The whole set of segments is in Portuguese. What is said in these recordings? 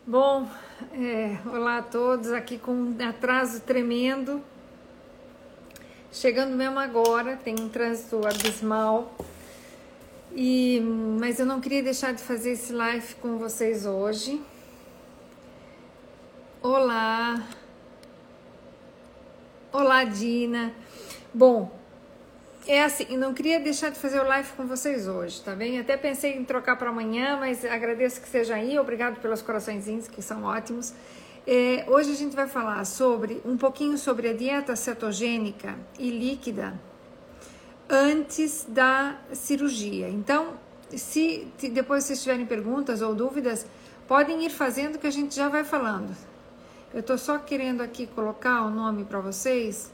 Bom, olá a todos, aqui com um atraso tremendo, chegando mesmo agora, tem um trânsito abismal, mas eu não queria deixar de fazer esse live com vocês hoje. Olá, olá Dina. Bom, é assim, não queria deixar de fazer o live com vocês hoje, tá bem? Até pensei em trocar para amanhã, mas agradeço que seja aí, obrigado pelos coraçõezinhos, que são ótimos. Hoje a gente vai falar um pouquinho sobre a dieta cetogênica e líquida antes da cirurgia. Então, se depois vocês tiverem perguntas ou dúvidas, podem ir fazendo que a gente já vai falando. Eu tô só querendo aqui colocar o nome para vocês,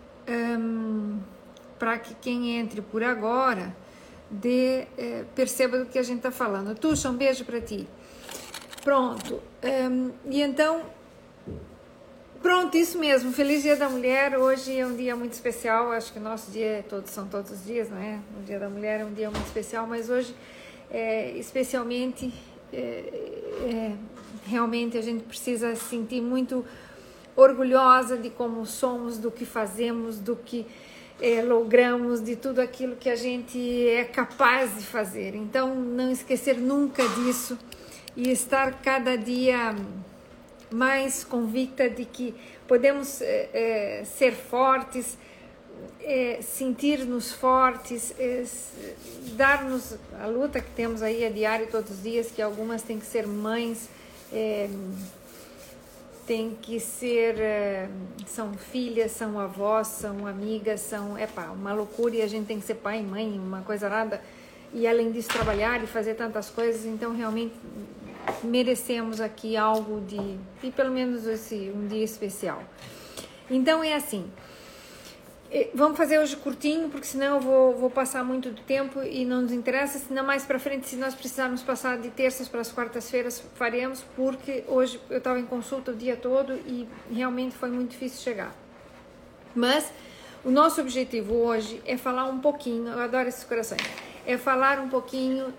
para que quem entre por agora perceba do que a gente está falando. Tuxa, um beijo para ti. Pronto. E então, pronto, isso mesmo. Feliz Dia da Mulher. Hoje é um dia muito especial. Acho que o nosso dia são todos os dias, né? O Dia da Mulher é um dia muito especial, mas hoje, especialmente, realmente a gente precisa se sentir muito orgulhosa de como somos, do que fazemos, do que logramos, de tudo aquilo que a gente é capaz de fazer. Então, não esquecer nunca disso e estar cada dia mais convicta de que podemos ser fortes, sentir-nos fortes, dar-nos a luta que temos aí a diário, todos os dias, que algumas têm que ser mães, tem que ser, são filhas, são avós, são amigas, são, uma loucura, e a gente tem que ser pai e mãe, uma coisa nada, e além disso trabalhar e fazer tantas coisas, então realmente merecemos aqui algo de pelo menos um dia especial. Então é assim, vamos fazer hoje curtinho, porque senão eu vou passar muito do tempo e não nos interessa, senão mais para frente, se nós precisarmos passar de terças para as quartas-feiras, faremos, porque hoje eu estava em consulta o dia todo e realmente foi muito difícil chegar. Mas o nosso objetivo hoje é falar um pouquinho, eu adoro esses corações, é falar um pouquinho,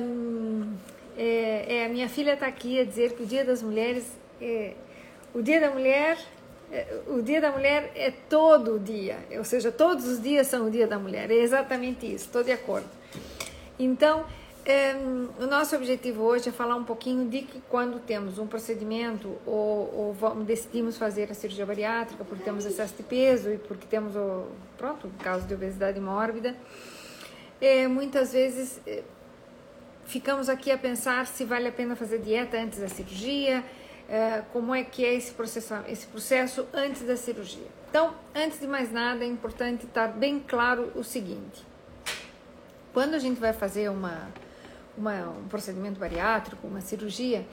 a minha filha está aqui a dizer que o Dia das Mulheres, o Dia da Mulher é todo dia, ou seja, todos os dias são o Dia da Mulher, é exatamente isso, estou de acordo. Então, o nosso objetivo hoje é falar um pouquinho de que quando temos um procedimento ou decidimos fazer a cirurgia bariátrica porque temos excesso de peso e porque temos o caso de obesidade mórbida, muitas vezes ficamos aqui a pensar se vale a pena fazer dieta antes da cirurgia, como é que é esse processo antes da cirurgia. Então, antes de mais nada, é importante estar bem claro o seguinte: quando a gente vai fazer um procedimento bariátrico, uma cirurgia,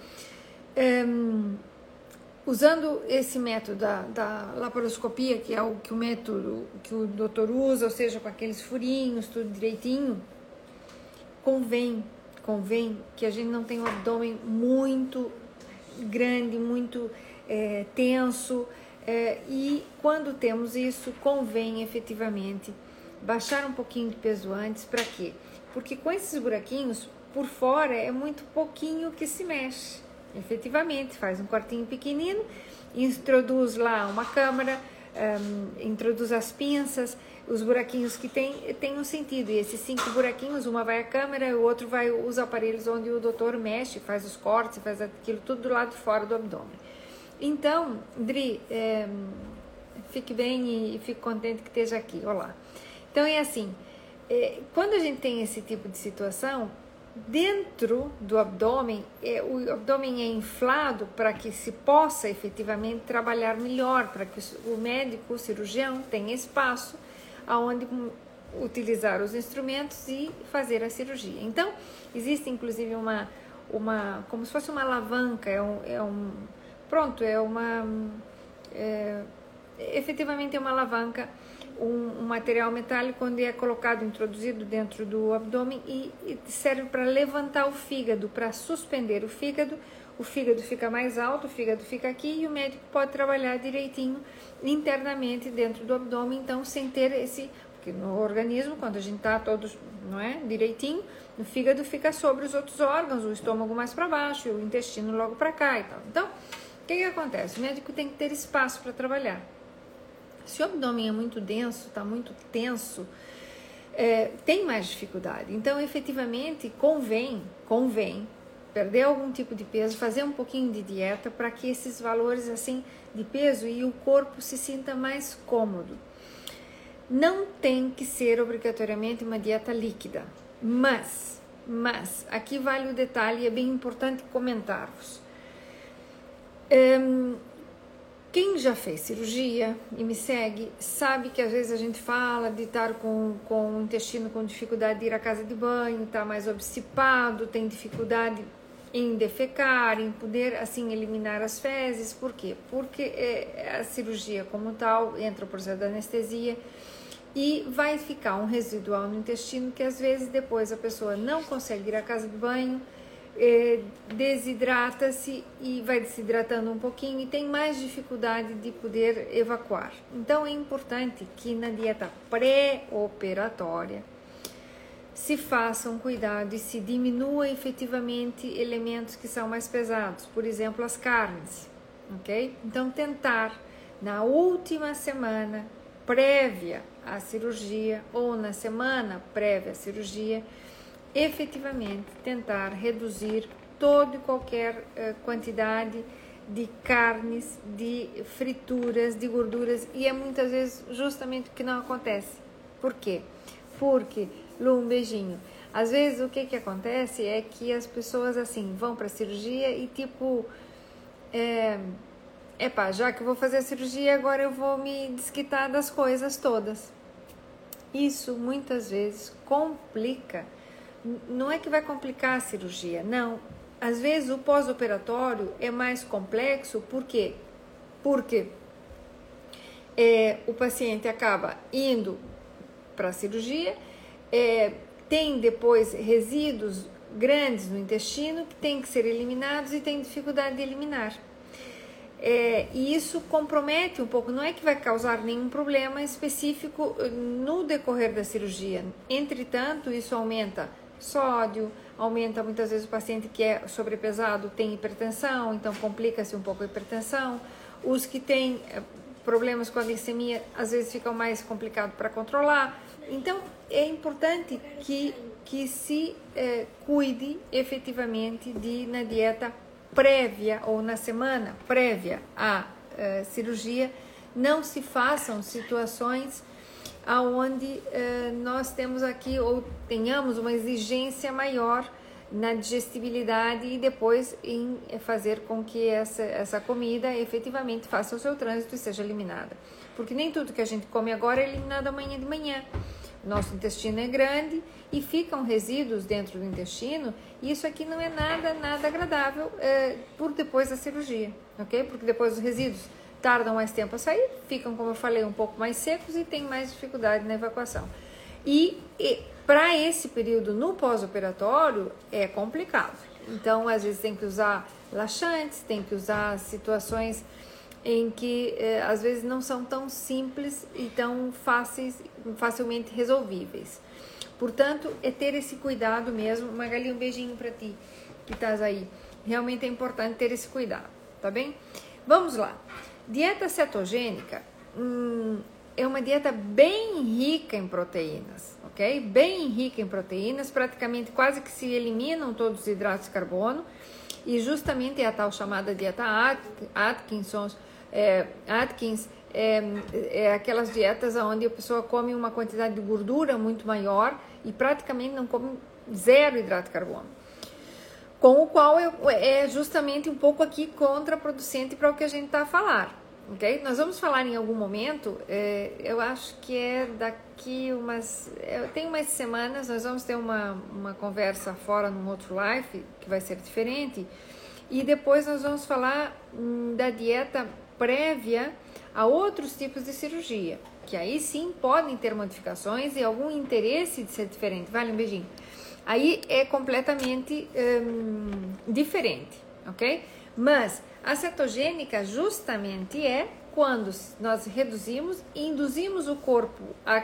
usando esse método da laparoscopia, que é o método que o doutor usa, ou seja, com aqueles furinhos, tudo direitinho, convém que a gente não tenha um abdômen muito grande, muito tenso, e quando temos isso, convém efetivamente baixar um pouquinho de peso antes. Para quê? Porque com esses buraquinhos por fora é muito pouquinho que se mexe, efetivamente, faz um cortinho pequenino, introduz lá uma câmara, introduz as pinças, os buraquinhos que tem um sentido, e esses 5 buraquinhos, uma vai a câmera, o outro vai os aparelhos onde o doutor mexe, faz os cortes, faz aquilo tudo do lado de fora do abdômen. Então, Dri, fique bem e fico contente que esteja aqui, olá. Então é assim, quando a gente tem esse tipo de situação, dentro do abdômen, o abdômen é inflado para que se possa efetivamente trabalhar melhor, para que o médico, o cirurgião, tenha espaço aonde utilizar os instrumentos e fazer a cirurgia. Então, existe inclusive como se fosse uma alavanca, efetivamente é uma alavanca, um material metálico onde é colocado, introduzido dentro do abdômen e serve para levantar o fígado, para suspender o fígado fica mais alto, o fígado fica aqui e o médico pode trabalhar direitinho internamente dentro do abdômen, então sem ter porque no organismo, quando a gente está todos, não é, direitinho, o fígado fica sobre os outros órgãos, o estômago mais para baixo, e o intestino logo para cá e tal. Então, o que acontece? O médico tem que ter espaço para trabalhar. Se o abdômen é muito denso, está muito tenso, tem mais dificuldade. Então, efetivamente, convém perder algum tipo de peso, fazer um pouquinho de dieta para que esses valores assim de peso e o corpo se sinta mais cômodo. Não tem que ser obrigatoriamente uma dieta líquida, mas aqui vale o detalhe, é bem importante comentar-vos. Quem já fez cirurgia e me segue sabe que às vezes a gente fala de estar com o intestino com dificuldade de ir à casa de banho, está mais obstipado, tem dificuldade em defecar, em poder assim eliminar as fezes. Por quê? Porque a cirurgia como tal entra o processo da anestesia e vai ficar um residual no intestino que às vezes depois a pessoa não consegue ir à casa de banho, desidrata-se e vai desidratando um pouquinho e tem mais dificuldade de poder evacuar. Então é importante que na dieta pré-operatória se faça um cuidado e se diminua efetivamente elementos que são mais pesados, por exemplo as carnes, ok? Então tentar na última semana prévia à cirurgia ou na semana prévia à cirurgia efetivamente tentar reduzir toda e qualquer quantidade de carnes, de frituras, de gorduras, e é muitas vezes justamente o que não acontece. Por quê? Porque, Lu, um beijinho, às vezes o que acontece é que as pessoas assim vão para a cirurgia e tipo, já que eu vou fazer a cirurgia, agora eu vou me desquitar das coisas todas. Isso muitas vezes complica. Não é que vai complicar a cirurgia, não. Às vezes o pós-operatório é mais complexo, por quê? Porque o paciente acaba indo para a cirurgia, tem depois resíduos grandes no intestino que tem que ser eliminados e tem dificuldade de eliminar. E isso compromete um pouco, não é que vai causar nenhum problema específico no decorrer da cirurgia. Entretanto, isso aumenta sódio, aumenta muitas vezes o paciente que é sobrepesado tem hipertensão, então complica-se um pouco a hipertensão. Os que têm problemas com a glicemia às vezes ficam mais complicado para controlar. Então é importante que se cuide efetivamente de na dieta prévia ou na semana prévia à cirurgia não se façam situações aonde nós temos aqui ou tenhamos uma exigência maior na digestibilidade e depois em fazer com que essa comida efetivamente faça o seu trânsito e seja eliminada. Porque nem tudo que a gente come agora é eliminado amanhã de manhã. Nosso intestino é grande e ficam resíduos dentro do intestino e isso aqui não é nada agradável por depois da cirurgia, ok? Porque depois os resíduos tardam mais tempo a sair, ficam, como eu falei, um pouco mais secos e tem mais dificuldade na evacuação. E para esse período no pós-operatório é complicado. Então, às vezes tem que usar laxantes, tem que usar situações em que às vezes não são tão simples e tão facilmente resolvíveis. Portanto, é ter esse cuidado mesmo. Magali, um beijinho para ti que estás aí. Realmente é importante ter esse cuidado, tá bem? Vamos lá. Dieta cetogênica é uma dieta bem rica em proteínas, ok? Bem rica em proteínas, praticamente quase que se eliminam todos os hidratos de carbono e justamente é a tal chamada dieta Atkins, aquelas dietas onde a pessoa come uma quantidade de gordura muito maior e praticamente não come zero hidrato de carbono, com o qual é justamente um pouco aqui contraproducente para o que a gente está a falar, ok? Nós vamos falar em algum momento, eu acho que é daqui tem umas semanas, nós vamos ter uma conversa fora num outro live, que vai ser diferente, e depois nós vamos falar da dieta prévia a outros tipos de cirurgia, que aí sim podem ter modificações e algum interesse de ser diferente. Vale, um beijinho. Aí é completamente diferente, ok? Mas a cetogênica justamente é quando nós reduzimos e induzimos o corpo a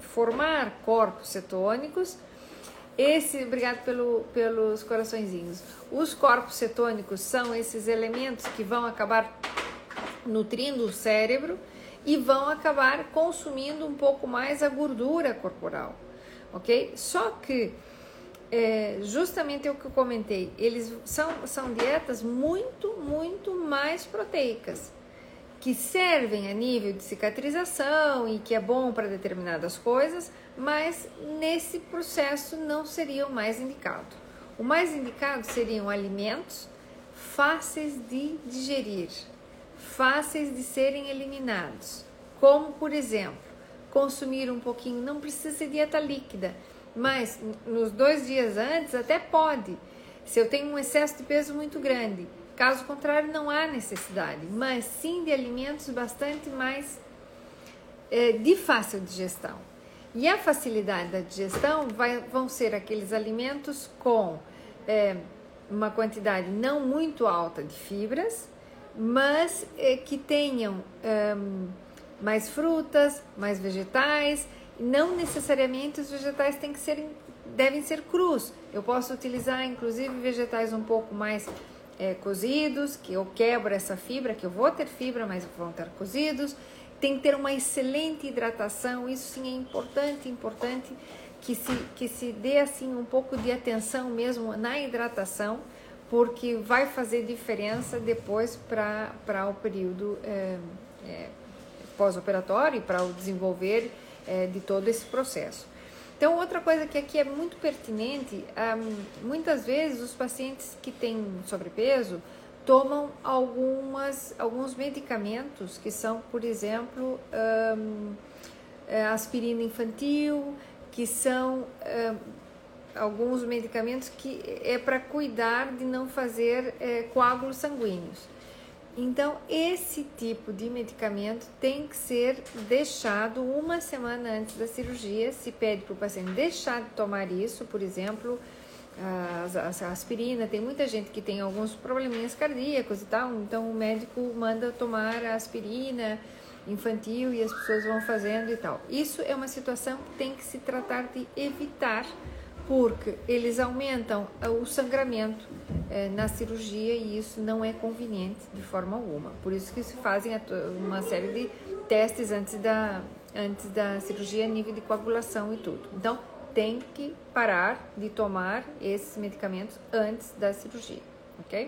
formar corpos cetônicos. Obrigado pelos coraçõezinhos. Os corpos cetônicos são esses elementos que vão acabar nutrindo o cérebro e vão acabar consumindo um pouco mais a gordura corporal, ok? Só que, justamente o que eu comentei, eles são dietas muito mais proteicas, que servem a nível de cicatrização e que é bom para determinadas coisas, mas nesse processo não seria o mais indicado. O mais indicado seriam alimentos fáceis de digerir, fáceis de serem eliminados, como, por exemplo, consumir um pouquinho, não precisa ser dieta líquida, mas nos 2 dias antes até pode, se eu tenho um excesso de peso muito grande. Caso contrário, não há necessidade, mas sim de alimentos bastante mais de fácil digestão. E a facilidade da digestão vão ser aqueles alimentos com uma quantidade não muito alta de fibras, mas que tenham mais frutas, mais vegetais. Não necessariamente os vegetais devem ser crus. Eu posso utilizar, inclusive, vegetais um pouco mais cozidos, que eu quebro essa fibra, que eu vou ter fibra, mas vão estar cozidos. Tem que ter uma excelente hidratação, isso sim é importante que se dê assim um pouco de atenção mesmo na hidratação, porque vai fazer diferença depois para o período pós-operatório e para o desenvolver de todo esse processo. Então, outra coisa que aqui é muito pertinente, muitas vezes os pacientes que têm sobrepeso tomam alguns medicamentos que são, por exemplo, aspirina infantil, que são alguns medicamentos que é para cuidar de não fazer coágulos sanguíneos. Então, esse tipo de medicamento tem que ser deixado 1 semana antes da cirurgia. Se pede para o paciente deixar de tomar isso, por exemplo, a aspirina. Tem muita gente que tem alguns probleminhas cardíacos e tal, então o médico manda tomar a aspirina infantil e as pessoas vão fazendo e tal. Isso é uma situação que tem que se tratar de evitar, porque eles aumentam o sangramento na cirurgia e isso não é conveniente de forma alguma. Por isso que se fazem uma série de testes antes da cirurgia a nível de coagulação e tudo. Então, tem que parar de tomar esses medicamentos antes da cirurgia, ok?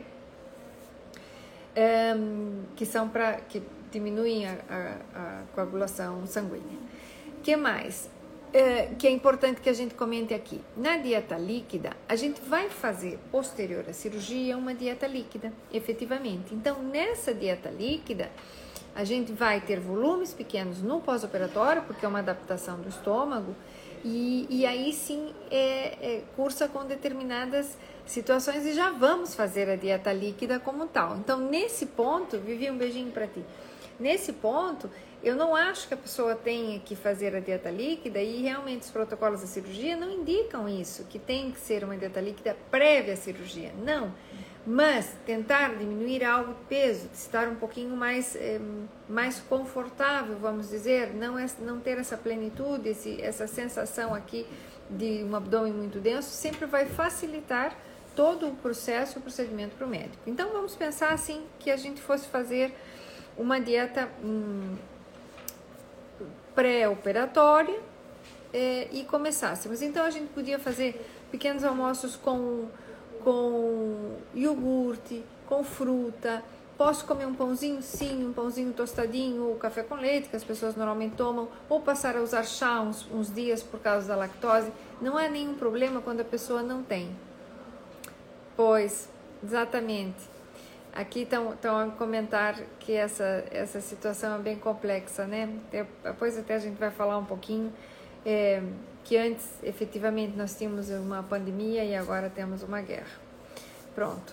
Que diminuem a coagulação sanguínea. O que mais? Que é importante que a gente comente aqui. Na dieta líquida, a gente vai fazer posterior à cirurgia uma dieta líquida, efetivamente. Então, nessa dieta líquida, a gente vai ter volumes pequenos no pós-operatório, porque é uma adaptação do estômago, e aí sim cursa com determinadas situações e já vamos fazer a dieta líquida como tal. Então, nesse ponto, Vivi, um beijinho para ti. Nesse ponto, eu não acho que a pessoa tenha que fazer a dieta líquida e realmente os protocolos da cirurgia não indicam isso, que tem que ser uma dieta líquida prévia à cirurgia. Não, mas tentar diminuir algo de peso, estar um pouquinho mais confortável, vamos dizer, não ter essa plenitude, essa sensação aqui de um abdômen muito denso, sempre vai facilitar todo o processo, o procedimento para o médico. Então, vamos pensar assim, que a gente fosse fazer uma dieta pré-operatória e começássemos. Então, a gente podia fazer pequenos almoços com iogurte, com fruta. Posso comer um pãozinho? Sim, um pãozinho tostadinho, ou café com leite, que as pessoas normalmente tomam, ou passar a usar chá uns dias por causa da lactose. Não há nenhum problema quando a pessoa não tem. Pois, exatamente. Aqui estão a comentar que essa situação é bem complexa, né? Depois até a gente vai falar um pouquinho que antes, efetivamente, nós tínhamos uma pandemia e agora temos uma guerra. Pronto.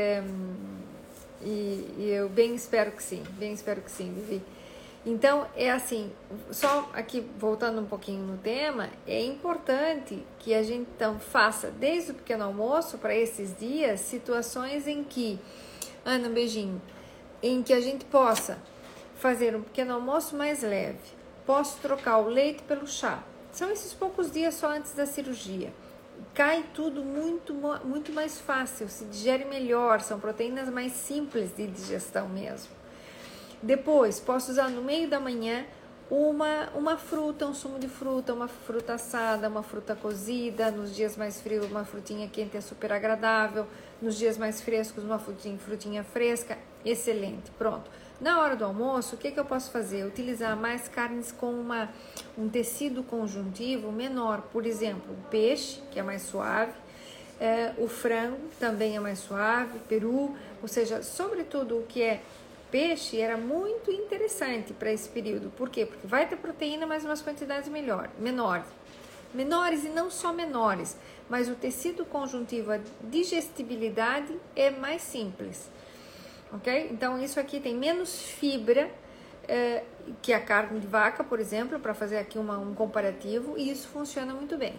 E eu bem espero que sim, Vivi. Então, é assim, só aqui voltando um pouquinho no tema, é importante que a gente então faça desde o pequeno almoço para esses dias situações em que, Ana, um beijinho, em que a gente possa fazer um pequeno almoço mais leve, posso trocar o leite pelo chá, São esses poucos dias só antes da cirurgia. Cai tudo muito mais fácil, se digere melhor, são proteínas mais simples de digestão mesmo. Depois, posso usar no meio da manhã uma fruta, um sumo de fruta, uma fruta assada, uma fruta cozida. Nos dias mais frios, uma frutinha quente é super agradável. Nos dias mais frescos, uma frutinha fresca, excelente, pronto. Na hora do almoço, o que eu posso fazer? Utilizar mais carnes com um tecido conjuntivo menor. Por exemplo, o peixe, que é mais suave, o frango também é mais suave, peru, ou seja, sobretudo o que é peixe era muito interessante para esse período. Por quê? Porque vai ter proteína, mas umas quantidades menores. Menores e não só menores, mas o tecido conjuntivo, a digestibilidade é mais simples. Ok? Então, isso aqui tem menos fibra que a carne de vaca, por exemplo, para fazer aqui um comparativo, e isso funciona muito bem.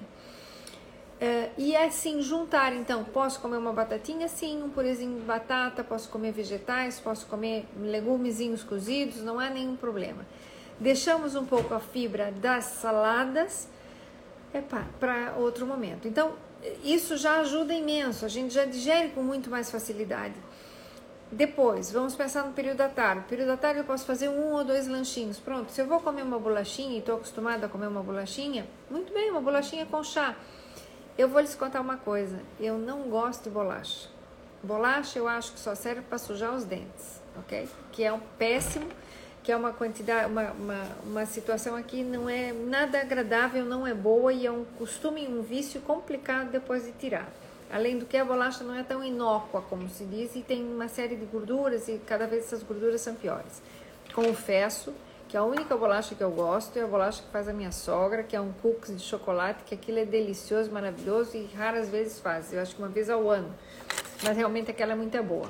E assim, juntar, então, posso comer uma batatinha? Sim, um purezinho de batata, posso comer vegetais, posso comer legumezinhos cozidos, não há nenhum problema. Deixamos um pouco a fibra das saladas para outro momento. Então, isso já ajuda imenso, a gente já digere com muito mais facilidade. Depois, vamos pensar no período da tarde. No período da tarde eu posso fazer 1 ou 2 lanchinhos. Pronto, se eu vou comer uma bolachinha e estou acostumada a comer uma bolachinha, muito bem, uma bolachinha com chá. Eu vou lhes contar uma coisa, eu não gosto de bolacha. Bolacha eu acho que só serve para sujar os dentes, ok? Que é um péssimo, que é uma quantidade, uma situação aqui não é nada agradável, não é boa e é um costume, um vício complicado depois de tirar. Além do que a bolacha não é tão inócua como se diz e tem uma série de gorduras e cada vez essas gorduras são piores. Confesso que a única bolacha que eu gosto é a bolacha que faz a minha sogra, que é um cookies de chocolate, que aquilo é delicioso, maravilhoso e raras vezes faz, eu acho que uma vez ao ano, mas realmente aquela é muito boa.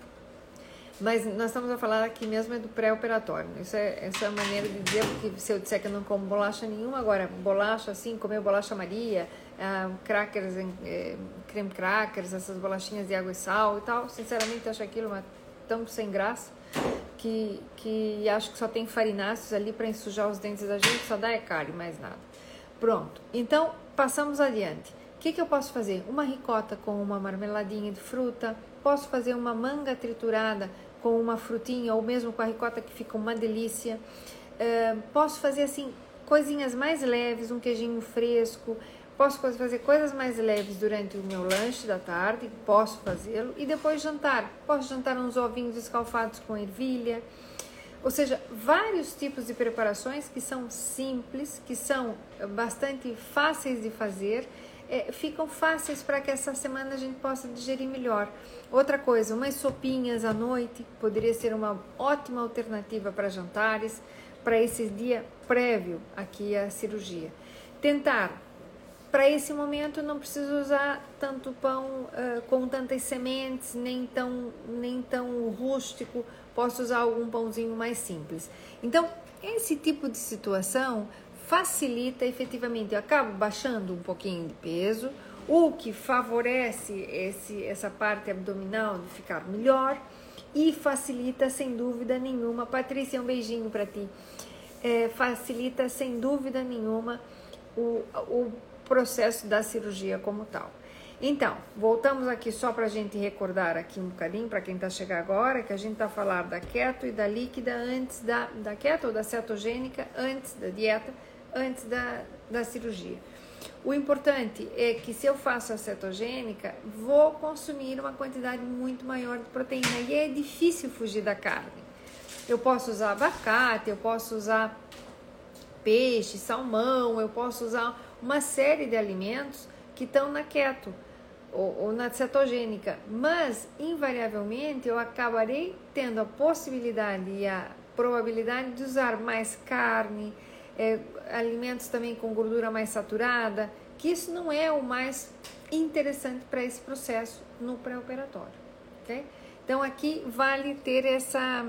Mas nós estamos a falar aqui mesmo do pré-operatório, essa é a maneira de dizer, porque se eu disser que eu não como bolacha nenhuma, agora bolacha assim, comer bolacha Maria, crackers, creme crackers, essas bolachinhas de água e sal e tal, sinceramente eu acho aquilo tão sem graça, que acho que só tem farináceos ali para ensujar os dentes da gente, só dá cárie, mais nada. Pronto, então passamos adiante. O que eu posso fazer? Uma ricota com uma marmeladinha de fruta, posso fazer uma manga triturada com uma frutinha ou mesmo com a ricota que fica uma delícia. Posso fazer assim coisinhas mais leves, um queijinho fresco, posso fazer coisas mais leves durante o meu lanche da tarde, posso fazê-lo, e depois jantar. Posso jantar uns ovinhos escalfados com ervilha, ou seja, vários tipos de preparações que são simples, que são bastante fáceis de fazer, ficam fáceis para que essa semana a gente possa digerir melhor. Outra coisa, umas sopinhas à noite poderia ser uma ótima alternativa para jantares, para esse dia prévio aqui à cirurgia. Tentar. Para esse momento não preciso usar tanto pão com tantas sementes, nem tão rústico, posso usar algum pãozinho mais simples. Então, esse tipo de situação facilita efetivamente, eu acabo baixando um pouquinho de peso, o que favorece essa parte abdominal de ficar melhor e facilita sem dúvida nenhuma, Patrícia, um beijinho para ti, facilita sem dúvida nenhuma o processo da cirurgia como tal. Então, voltamos aqui só para a gente recordar aqui um bocadinho, para quem está chegando agora, que a gente está falando da keto e da líquida antes da keto ou da cetogênica antes da dieta, antes da cirurgia. O importante é que se eu faço a cetogênica, vou consumir uma quantidade muito maior de proteína e é difícil fugir da carne. Eu posso usar abacate, eu posso usar peixe, salmão, eu posso usar uma série de alimentos que estão na keto ou na cetogênica, mas invariavelmente eu acabarei tendo a possibilidade e a probabilidade de usar mais carne, alimentos também com gordura mais saturada, que isso não é o mais interessante para esse processo no pré-operatório, ok? Então aqui vale ter essa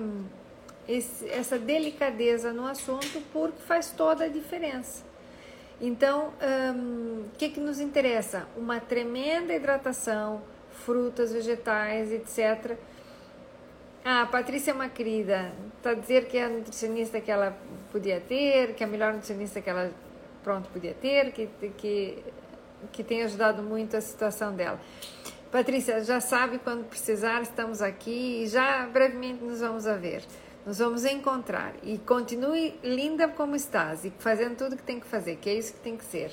delicadeza no assunto, porque faz toda a diferença. Então, o que nos interessa? Uma tremenda hidratação, frutas, vegetais, etc. A Patrícia é uma querida, está a dizer que é a nutricionista que ela podia ter, que é a melhor nutricionista que ela pronto podia ter, que tem ajudado muito a situação dela. Patrícia, já sabe, quando precisar, estamos aqui e já brevemente nos vamos a ver. Nos vamos encontrar e continue linda como estás e fazendo tudo que tem que fazer, que é isso que tem que ser.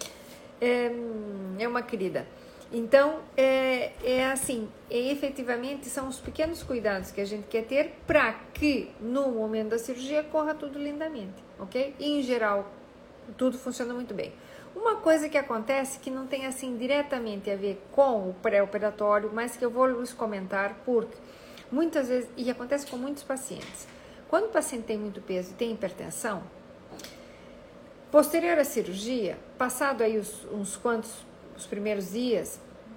É uma querida. Então, assim, efetivamente são os pequenos cuidados que a gente quer ter para que no momento da cirurgia corra tudo lindamente, ok? E em geral, tudo funciona muito bem. Uma coisa que acontece que não tem assim diretamente a ver com o pré-operatório, mas que eu vou lhes comentar porque muitas vezes, e acontece com muitos pacientes, quando o paciente tem muito peso e tem hipertensão, posterior à cirurgia, passado aí os primeiros dias,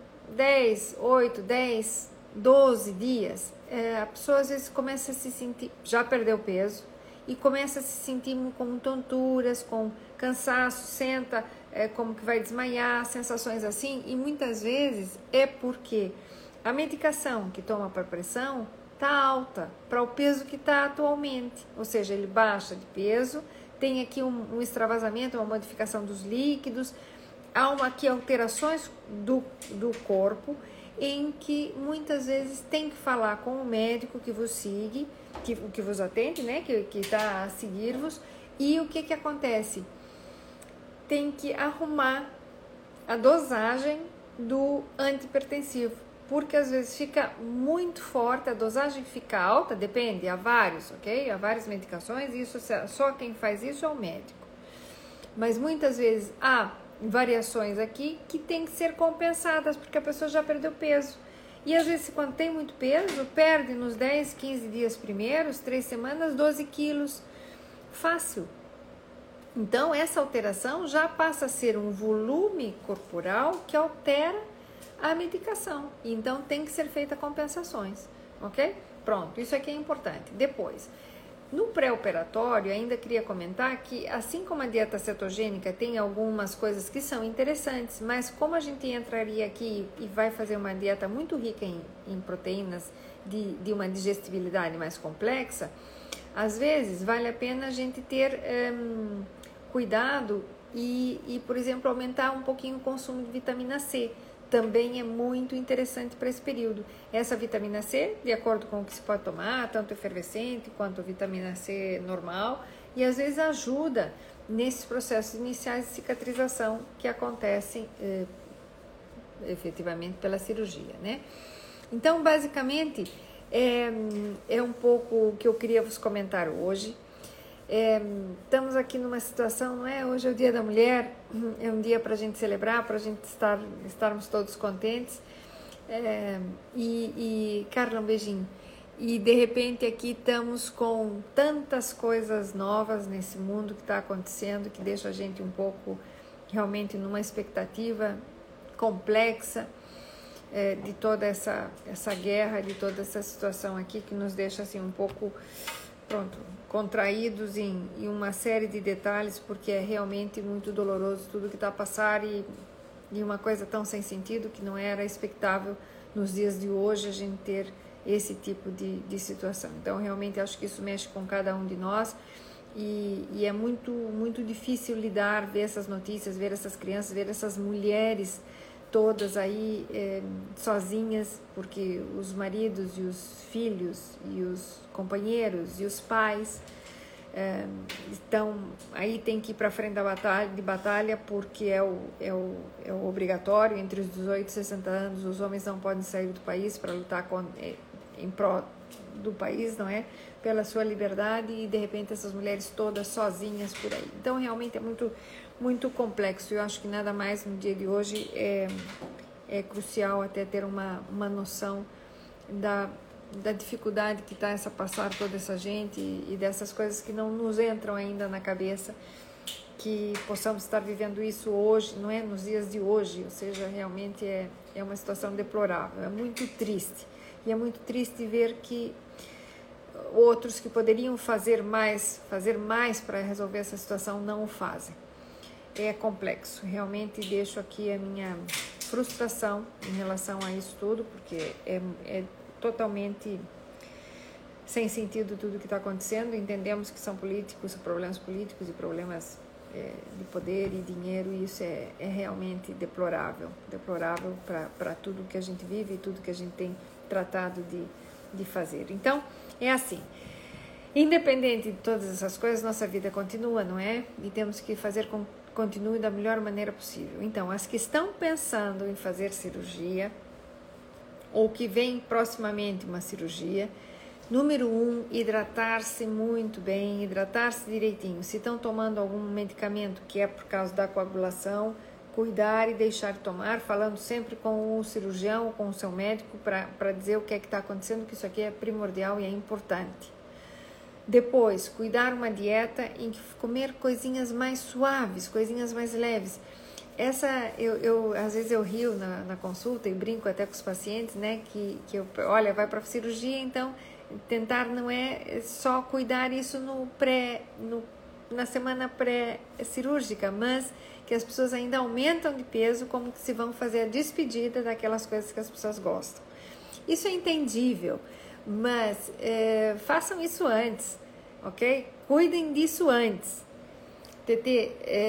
8, 10, 12 dias, a pessoa às vezes começa a se sentir, já perdeu peso, e começa a se sentir com tonturas, com cansaço, senta como que vai desmaiar, sensações assim, e muitas vezes é porque a medicação que toma para pressão está alta para o peso que está atualmente, ou seja, ele baixa de peso, tem aqui um extravasamento, uma modificação dos líquidos, há aqui alterações do corpo em que muitas vezes tem que falar com o médico que vos siga, que vos atende, né, que está a seguir-vos, e o que acontece? Tem que arrumar a dosagem do antihipertensivo, porque às vezes fica muito forte, a dosagem fica alta, depende, há vários, ok? Há várias medicações, isso só quem faz isso é o médico. Mas muitas vezes há variações aqui que tem que ser compensadas, porque a pessoa já perdeu peso. E às vezes, quando tem muito peso, perde nos 10, 15 dias primeiros, 3 semanas, 12 quilos. Fácil. Então, essa alteração já passa a ser um volume corporal que altera a medicação. Então, tem que ser feita compensações, ok? Pronto, isso aqui é importante. Depois, no pré-operatório, ainda queria comentar que, assim como a dieta cetogênica tem algumas coisas que são interessantes, mas como a gente entraria aqui e vai fazer uma dieta muito rica em proteínas de uma digestibilidade mais complexa, às vezes vale a pena a gente ter cuidado e, por exemplo, aumentar um pouquinho o consumo de vitamina C. Também é muito interessante para esse período. Essa vitamina C, de acordo com o que se pode tomar, tanto efervescente quanto vitamina C normal, e às vezes ajuda nesses processos iniciais de cicatrização que acontecem efetivamente pela cirurgia, né? Então, basicamente, é um pouco o que eu queria vos comentar hoje. Estamos aqui numa situação, não é? Hoje é o Dia da Mulher, é um dia para a gente celebrar, para a gente estarmos todos contentes. Carla, um beijinho. E de repente aqui estamos com tantas coisas novas nesse mundo que está acontecendo, que deixa a gente um pouco realmente numa expectativa complexa de toda essa guerra, de toda essa situação aqui, que nos deixa assim um pouco contraídos em uma série de detalhes, porque é realmente muito doloroso tudo que está a passar e uma coisa tão sem sentido que não era expectável nos dias de hoje a gente ter esse tipo de situação. Então, realmente acho que isso mexe com cada um de nós e é muito, muito difícil lidar, ver essas notícias, ver essas crianças, ver essas mulheres todas aí sozinhas, porque os maridos e os filhos e os companheiros e os pais estão aí, tem que ir para frente de batalha, porque é o obrigatório. Entre os 18 e 60 anos os homens não podem sair do país para lutar em prol do país, não é? Pela sua liberdade, e de repente essas mulheres todas sozinhas por aí. Então realmente é muito, muito complexo. Eu acho que nada mais no dia de hoje é crucial até ter uma noção da dificuldade que está essa passar toda essa gente e dessas coisas que não nos entram ainda na cabeça, que possamos estar vivendo isso hoje, não é? Nos dias de hoje, ou seja, realmente é uma situação deplorável, é muito triste. E é muito triste ver que outros que poderiam fazer mais para resolver essa situação não o fazem. É complexo. Realmente deixo aqui a minha frustração em relação a isso tudo, porque é totalmente sem sentido tudo que está acontecendo. Entendemos que são problemas políticos e problemas de poder e dinheiro, e isso é realmente deplorável para tudo que a gente vive e tudo que a gente tem tratado de fazer. Então, é assim, independente de todas essas coisas, nossa vida continua, não é? E temos que fazer com que continue da melhor maneira possível. Então, as que estão pensando em fazer cirurgia, ou que vem proximamente uma cirurgia, número 1, hidratar-se muito bem, hidratar-se direitinho. Se estão tomando algum medicamento que é por causa da coagulação, cuidar e deixar de tomar, falando sempre com o cirurgião, com o seu médico, para dizer o que é que está acontecendo, que isso aqui é primordial e é importante. Depois, cuidar uma dieta em que comer coisinhas mais suaves, coisinhas mais leves. Às vezes eu rio na consulta e brinco até com os pacientes, né, olha, vai para a cirurgia, então tentar não é só cuidar isso na semana pré-cirúrgica, mas que as pessoas ainda aumentam de peso, como que se vão fazer a despedida daquelas coisas que as pessoas gostam. Isso é entendível, mas façam isso antes, ok? Cuidem disso antes. Tetê,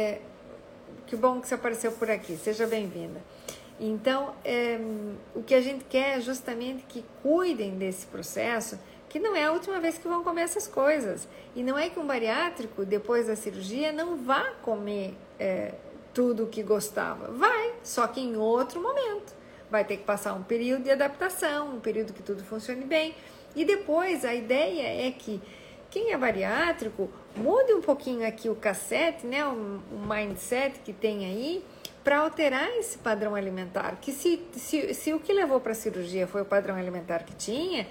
que bom que você apareceu por aqui, seja bem-vinda. Então, o que a gente quer é justamente que cuidem desse processo, que não é a última vez que vão comer essas coisas. E não é que um bariátrico, depois da cirurgia, não vá comer tudo o que gostava. Vai, só que em outro momento. Vai ter que passar um período de adaptação, um período que tudo funcione bem. E depois, a ideia é que quem é bariátrico, mude um pouquinho aqui o cassete, né, o mindset que tem aí, para alterar esse padrão alimentar. Que se o que levou para a cirurgia foi o padrão alimentar que tinha,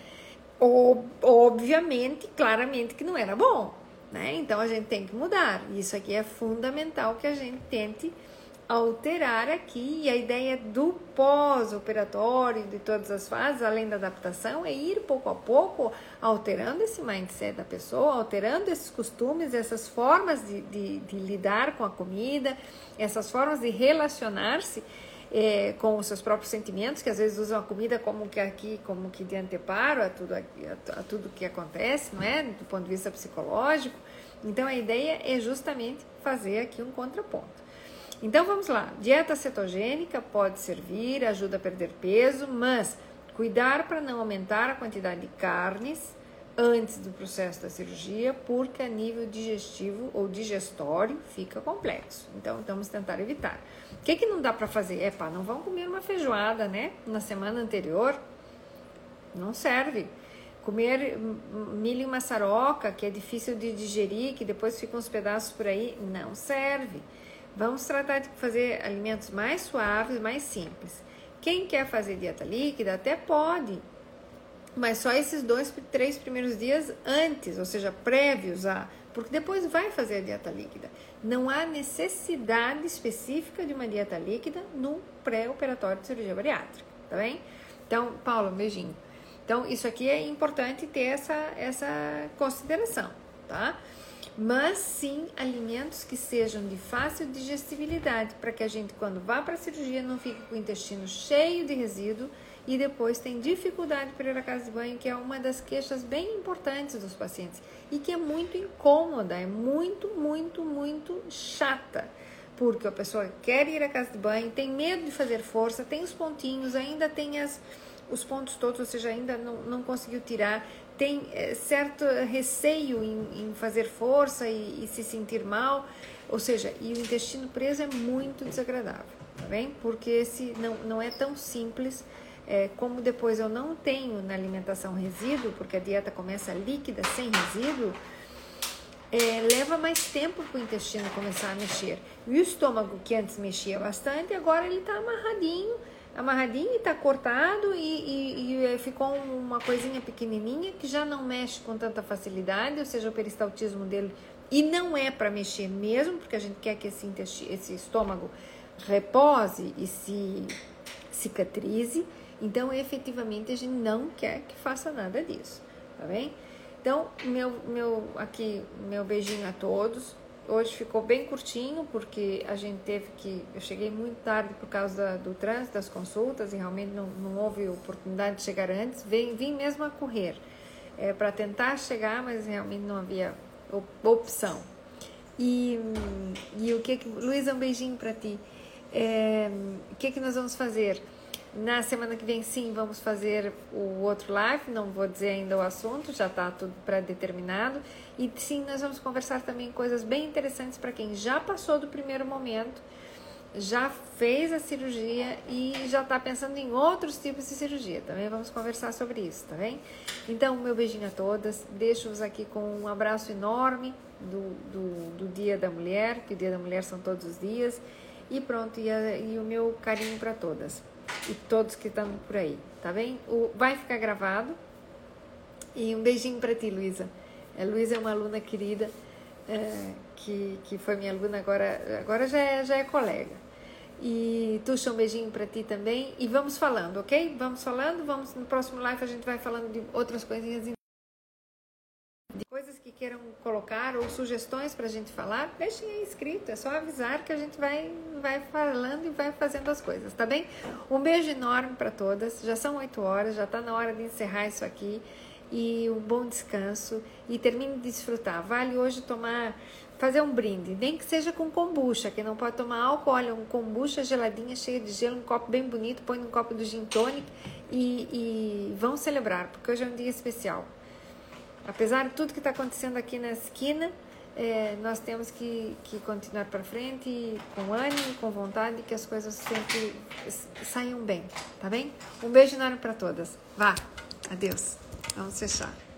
obviamente, claramente que não era bom, né? Então a gente tem que mudar. Isso aqui é fundamental que a gente tente alterar aqui, e a ideia do pós-operatório, de todas as fases, além da adaptação, é ir pouco a pouco alterando esse mindset da pessoa, alterando esses costumes, essas formas de lidar com a comida, essas formas de relacionar-se com os seus próprios sentimentos, que às vezes usam a comida como que de anteparo a tudo que acontece, não é? Do ponto de vista psicológico. Então a ideia é justamente fazer aqui um contraponto. Então vamos lá, dieta cetogênica pode servir, ajuda a perder peso, mas cuidar para não aumentar a quantidade de carnes antes do processo da cirurgia, porque a nível digestivo ou digestório fica complexo. Então vamos tentar evitar. O que não dá para fazer? Não vão comer uma feijoada, né? Na semana anterior, não serve. Comer milho e maçaroca, que é difícil de digerir, que depois ficam uns pedaços por aí, não serve. Vamos tratar de fazer alimentos mais suaves, mais simples. Quem quer fazer dieta líquida até pode, mas só esses 2-3 primeiros dias antes, ou seja, prévios porque depois vai fazer a dieta líquida. Não há necessidade específica de uma dieta líquida no pré-operatório de cirurgia bariátrica, tá bem? Então, Paula, um beijinho. Então, isso aqui é importante ter essa consideração, tá? Mas sim alimentos que sejam de fácil digestibilidade, para que a gente, quando vá para a cirurgia, não fique com o intestino cheio de resíduo e depois tem dificuldade para ir à casa de banho, que é uma das queixas bem importantes dos pacientes e que é muito incômoda, é muito, muito, muito chata, porque a pessoa quer ir à casa de banho, tem medo de fazer força, tem os pontinhos, ainda tem os pontos todos, ou seja, ainda não conseguiu tirar, tem certo receio em fazer força e se sentir mal, ou seja, e o intestino preso é muito desagradável, tá bem? Porque esse não é tão simples, como depois eu não tenho na alimentação resíduo, porque a dieta começa líquida, sem resíduo, leva mais tempo para o intestino começar a mexer. E o estômago, que antes mexia bastante, agora ele está amarradinho e está cortado e ficou uma coisinha pequenininha que já não mexe com tanta facilidade, ou seja, o peristaltismo dele, e não é para mexer mesmo, porque a gente quer que esse estômago repose e se cicatrize, então efetivamente a gente não quer que faça nada disso, tá bem? Então, meu beijinho a todos. Hoje ficou bem curtinho, porque a gente eu cheguei muito tarde por causa do trânsito, das consultas, e realmente não houve oportunidade de chegar antes. Vim mesmo a correr para tentar chegar, mas realmente não havia opção. E o que Luísa, um beijinho para ti. O que nós vamos fazer? Na semana que vem, sim, vamos fazer o outro live, não vou dizer ainda o assunto, já está tudo pré-determinado. E sim, nós vamos conversar também coisas bem interessantes para quem já passou do primeiro momento, já fez a cirurgia e já está pensando em outros tipos de cirurgia. Também vamos conversar sobre isso, tá bem? Então, meu beijinho a todas, deixo-vos aqui com um abraço enorme do Dia da Mulher, que o Dia da Mulher são todos os dias, e pronto, e o meu carinho para todas. E todos que estão por aí, tá bem? Vai ficar gravado. E um beijinho para ti, Luísa. A Luísa é uma aluna querida, que foi minha aluna, agora já é colega. E Tuxa, um beijinho para ti também. E vamos falando, ok? Vamos falando, no próximo live a gente vai falando de outras coisinhas, de coisas que queiram colocar ou sugestões para a gente falar, deixem aí escrito, é só avisar que a gente vai falando e vai fazendo as coisas, tá bem? Um beijo enorme para todas, já são 8 horas, já está na hora de encerrar isso aqui, e um bom descanso, e termine de desfrutar. Vale hoje fazer um brinde, nem que seja com kombucha, quem não pode tomar álcool, olha, um kombucha geladinha, cheia de gelo, um copo bem bonito, põe num copo do gin tonic e vão celebrar, porque hoje é um dia especial. Apesar de tudo que está acontecendo aqui na esquina, nós temos que continuar para frente com ânimo, com vontade, que as coisas sempre saiam bem, tá bem? Um beijo enorme para todas. Vá, adeus. Vamos fechar.